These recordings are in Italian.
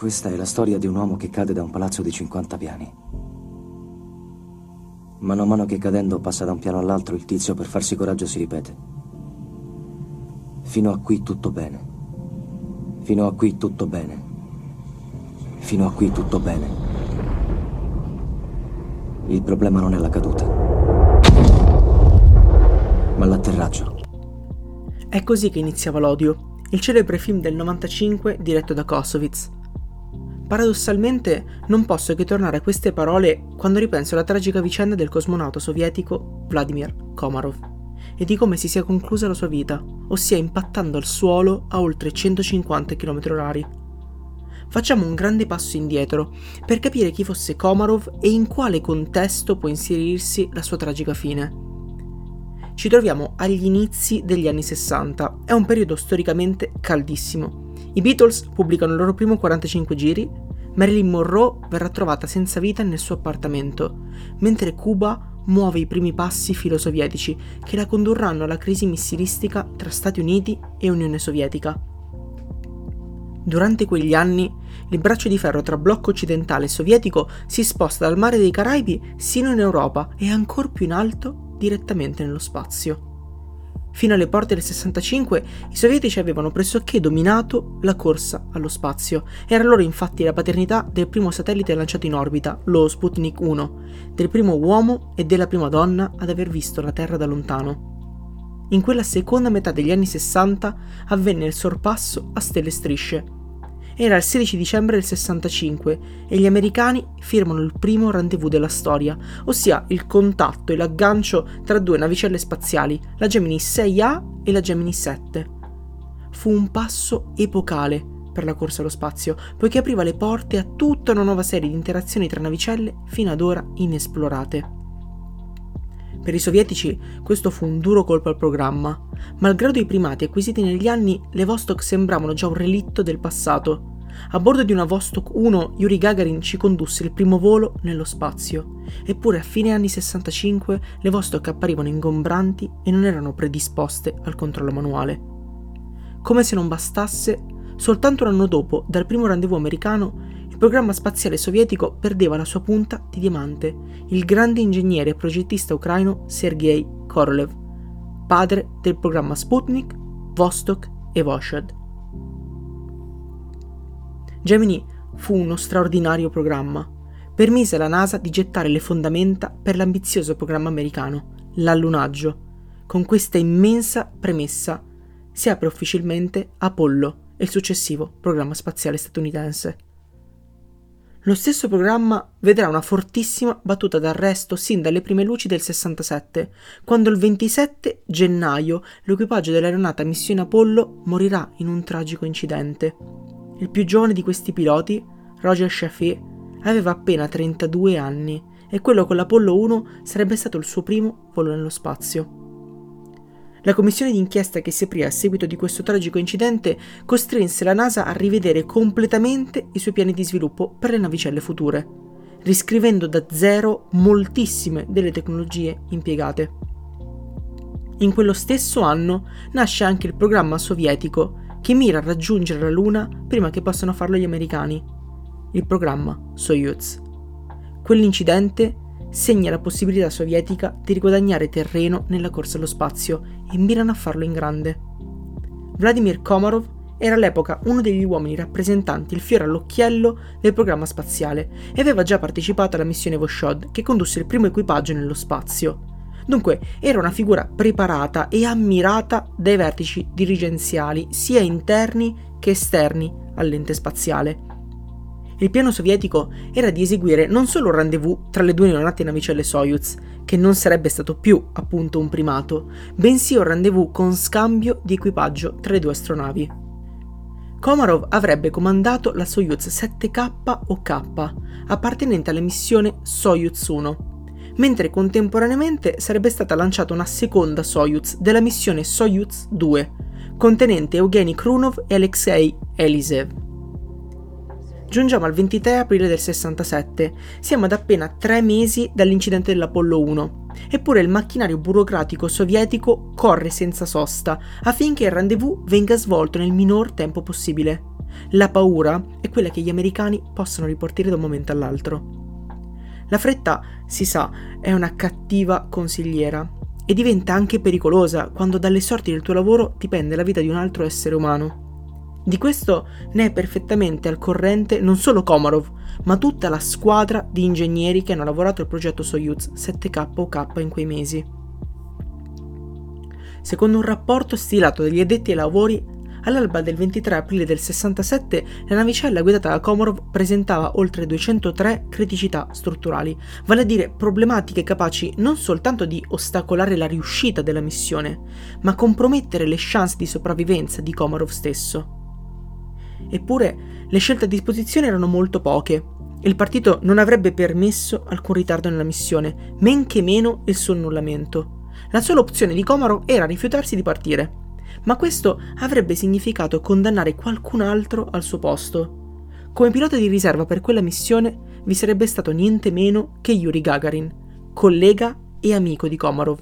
Questa è la storia di un uomo che cade da un palazzo di 50 piani. Mano a mano che cadendo passa da un piano all'altro, il tizio per farsi coraggio si ripete: fino a qui tutto bene. Fino a qui tutto bene. Fino a qui tutto bene. Il problema non è la caduta, ma l'atterraggio. È così che iniziava L'Odio, il celebre film del 95 diretto da Kossovitz. Paradossalmente non posso che tornare a queste parole quando ripenso alla tragica vicenda del cosmonauta sovietico Vladimir Komarov e di come si sia conclusa la sua vita, ossia impattando al suolo a oltre 150 km/h. Facciamo un grande passo indietro per capire chi fosse Komarov e in quale contesto può inserirsi la sua tragica fine. Ci troviamo agli inizi degli anni 60, è un periodo storicamente caldissimo. I Beatles pubblicano il loro primo 45 giri, Marilyn Monroe verrà trovata senza vita nel suo appartamento, mentre Cuba muove i primi passi filosovietici che la condurranno alla crisi missilistica tra Stati Uniti e Unione Sovietica. Durante quegli anni, il braccio di ferro tra blocco occidentale e sovietico si sposta dal mare dei Caraibi sino in Europa e ancor più in alto direttamente nello spazio. Fino alle porte del 65 i sovietici avevano pressoché dominato la corsa allo spazio. Era loro infatti la paternità del primo satellite lanciato in orbita, lo Sputnik 1, del primo uomo e della prima donna ad aver visto la Terra da lontano. In quella seconda metà degli anni 60 avvenne il sorpasso a stelle e strisce. Era il 16 dicembre del 65 e gli americani firmano il primo rendezvous della storia, ossia il contatto e l'aggancio tra due navicelle spaziali, la Gemini 6A e la Gemini 7. Fu un passo epocale per la corsa allo spazio, poiché apriva le porte a tutta una nuova serie di interazioni tra navicelle fino ad ora inesplorate. Per i sovietici questo fu un duro colpo al programma. Malgrado i primati acquisiti negli anni, le Vostok sembravano già un relitto del passato. A bordo di una Vostok 1, Yuri Gagarin ci condusse il primo volo nello spazio. Eppure a fine anni 65 le Vostok apparivano ingombranti e non erano predisposte al controllo manuale. Come se non bastasse, soltanto un anno dopo, dal primo rendezvous americano, il programma spaziale sovietico perdeva la sua punta di diamante, il grande ingegnere e progettista ucraino Sergei Korolev, padre del programma Sputnik, Vostok e Voshad. Gemini fu uno straordinario programma. Permise alla NASA di gettare le fondamenta per l'ambizioso programma americano, l'allunaggio. Con questa immensa premessa si apre ufficialmente Apollo e il successivo programma spaziale statunitense. Lo stesso programma vedrà una fortissima battuta d'arresto sin dalle prime luci del 67, quando il 27 gennaio l'equipaggio dell'aeronata Missione Apollo morirà in un tragico incidente. Il più giovane di questi piloti, Roger Chaffee, aveva appena 32 anni e quello con l'Apollo 1 sarebbe stato il suo primo volo nello spazio. La commissione d'inchiesta che si aprì a seguito di questo tragico incidente costrinse la NASA a rivedere completamente i suoi piani di sviluppo per le navicelle future, riscrivendo da zero moltissime delle tecnologie impiegate. In quello stesso anno nasce anche il programma sovietico che mira a raggiungere la Luna prima che possano farlo gli americani, il programma Soyuz. Quell'incidente segna la possibilità sovietica di riguadagnare terreno nella corsa allo spazio e mirano a farlo in grande. Vladimir Komarov era all'epoca uno degli uomini rappresentanti il fiore all'occhiello del programma spaziale e aveva già partecipato alla missione Voshad che condusse il primo equipaggio nello spazio. Dunque era una figura preparata e ammirata dai vertici dirigenziali sia interni che esterni all'ente spaziale. Il piano sovietico era di eseguire non solo un rendezvous tra le due neonate navicelle Soyuz, che non sarebbe stato più appunto un primato, bensì un rendezvous con scambio di equipaggio tra le due astronavi. Komarov avrebbe comandato la Soyuz 7K o K, appartenente alla missione Soyuz 1, mentre contemporaneamente sarebbe stata lanciata una seconda Soyuz della missione Soyuz 2, contenente Evgeny Krunov e Alexei Elisev. Giungiamo al 23 aprile del 67, siamo ad appena 3 mesi dall'incidente dell'Apollo 1, eppure il macchinario burocratico sovietico corre senza sosta affinché il rendezvous venga svolto nel minor tempo possibile. La paura è quella che gli americani possano ripartire da un momento all'altro. La fretta, si sa, è una cattiva consigliera e diventa anche pericolosa quando dalle sorti del tuo lavoro dipende la vita di un altro essere umano. Di questo ne è perfettamente al corrente non solo Komarov, ma tutta la squadra di ingegneri che hanno lavorato al progetto Soyuz 7K in quei mesi. Secondo un rapporto stilato dagli addetti ai lavori, all'alba del 23 aprile del 67 la navicella guidata da Komarov presentava oltre 203 criticità strutturali, vale a dire problematiche capaci non soltanto di ostacolare la riuscita della missione, ma compromettere le chance di sopravvivenza di Komarov stesso. Eppure le scelte a disposizione erano molto poche. Il partito non avrebbe permesso alcun ritardo nella missione, men che meno il suo annullamento. La sola opzione di Komarov era rifiutarsi di partire, ma questo avrebbe significato condannare qualcun altro al suo posto. Come pilota di riserva per quella missione vi sarebbe stato niente meno che Yuri Gagarin, collega e amico di Komarov.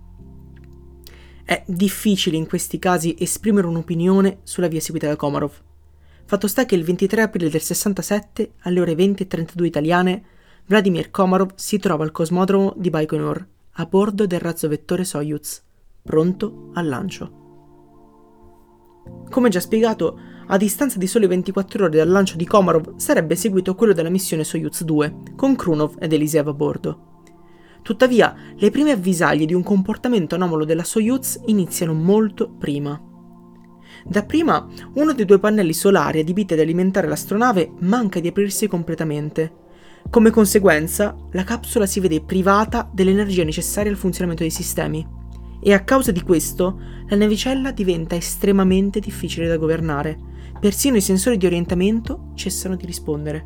È difficile in questi casi esprimere un'opinione sulla via seguita da Komarov. Fatto sta che il 23 aprile del 67, alle ore 20:32 italiane, Vladimir Komarov si trova al cosmodromo di Baikonur, a bordo del razzo vettore Soyuz, pronto al lancio. Come già spiegato, a distanza di sole 24 ore dal lancio di Komarov sarebbe seguito quello della missione Soyuz 2, con Krunov ed Eliseev a bordo. Tuttavia, le prime avvisaglie di un comportamento anomalo della Soyuz iniziano molto prima. Dapprima, uno dei due pannelli solari adibiti ad alimentare l'astronave manca di aprirsi completamente. Come conseguenza, la capsula si vede privata dell'energia necessaria al funzionamento dei sistemi, e a causa di questo la navicella diventa estremamente difficile da governare. Persino i sensori di orientamento cessano di rispondere.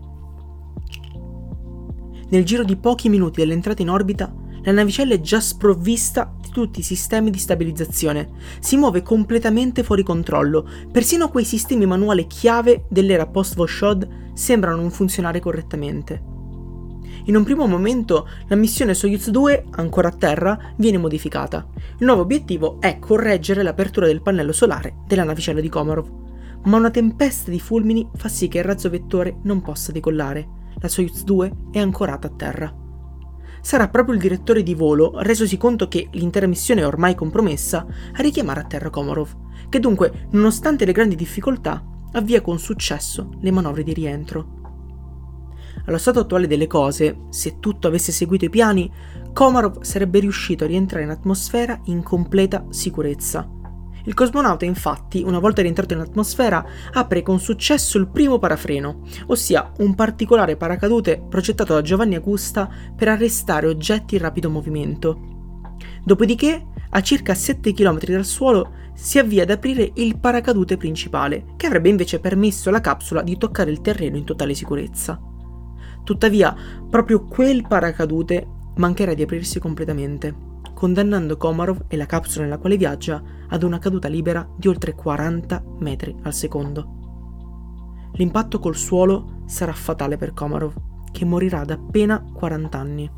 Nel giro di pochi minuti dall'entrata in orbita, la navicella è già sprovvista di tutti i sistemi di stabilizzazione, si muove completamente fuori controllo, persino quei sistemi manuali chiave dell'era post-Voskhod sembrano non funzionare correttamente. In un primo momento la missione Soyuz 2, ancora a terra, viene modificata. Il nuovo obiettivo è correggere l'apertura del pannello solare della navicella di Komarov, ma una tempesta di fulmini fa sì che il razzo vettore non possa decollare. La Soyuz 2 è ancorata a terra. Sarà proprio il direttore di volo, resosi conto che l'intera missione è ormai compromessa, a richiamare a terra Komarov, che dunque, nonostante le grandi difficoltà, avvia con successo le manovre di rientro. Allo stato attuale delle cose, se tutto avesse seguito i piani, Komarov sarebbe riuscito a rientrare in atmosfera in completa sicurezza. Il cosmonauta, infatti, una volta rientrato in atmosfera, apre con successo il primo parafreno, ossia un particolare paracadute progettato da Giovanni Augusta per arrestare oggetti in rapido movimento. Dopodiché, a circa 7 km dal suolo, si avvia ad aprire il paracadute principale, che avrebbe invece permesso alla capsula di toccare il terreno in totale sicurezza. Tuttavia, proprio quel paracadute mancherà di aprirsi completamente, condannando Komarov e la capsula nella quale viaggia ad una caduta libera di oltre 40 metri al secondo. L'impatto col suolo sarà fatale per Komarov, che morirà ad appena 40 anni.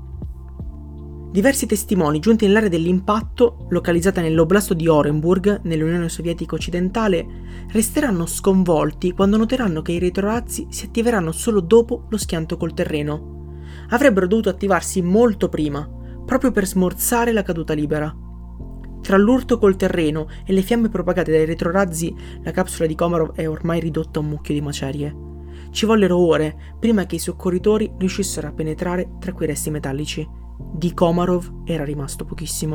Diversi testimoni giunti nell'area dell'impatto, localizzata nell'oblasto di Orenburg, nell'Unione Sovietica Occidentale, resteranno sconvolti quando noteranno che i retrorazzi si attiveranno solo dopo lo schianto col terreno. Avrebbero dovuto attivarsi molto prima, proprio per smorzare la caduta libera. Tra l'urto col terreno e le fiamme propagate dai retrorazzi, la capsula di Komarov è ormai ridotta a un mucchio di macerie. Ci vollero ore prima che i soccorritori riuscissero a penetrare tra quei resti metallici. Di Komarov era rimasto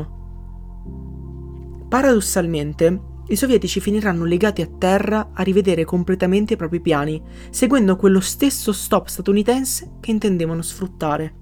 pochissimo. Paradossalmente, i sovietici finiranno legati a terra a rivedere completamente i propri piani, seguendo quello stesso stop statunitense che intendevano sfruttare.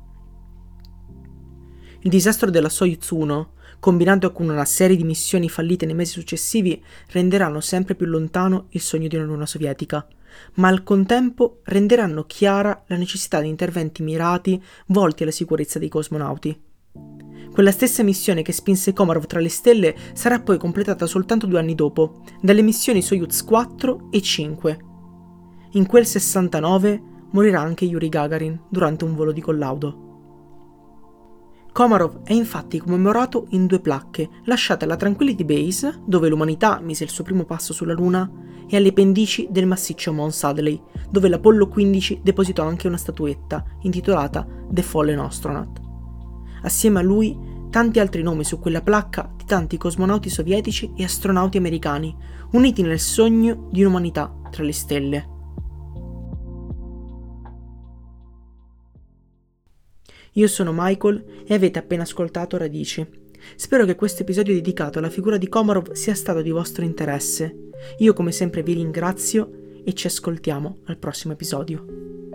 Il disastro della Soyuz 1, combinato con una serie di missioni fallite nei mesi successivi, renderanno sempre più lontano il sogno di una luna sovietica, ma al contempo renderanno chiara la necessità di interventi mirati volti alla sicurezza dei cosmonauti. Quella stessa missione che spinse Komarov tra le stelle sarà poi completata soltanto 2 anni dopo, dalle missioni Soyuz 4 e 5. In quel 69 morirà anche Yuri Gagarin durante un volo di collaudo. Komarov è infatti commemorato in 2 placche, lasciate alla Tranquility Base, dove l'umanità mise il suo primo passo sulla Luna, e alle pendici del massiccio Mount Sudley, dove l'Apollo 15 depositò anche una statuetta intitolata The Fallen Astronaut. Assieme a lui, tanti altri nomi su quella placca di tanti cosmonauti sovietici e astronauti americani, uniti nel sogno di un'umanità tra le stelle. Io sono Michael e avete appena ascoltato Radici. Spero che questo episodio dedicato alla figura di Komarov sia stato di vostro interesse. Io come sempre vi ringrazio e ci ascoltiamo al prossimo episodio.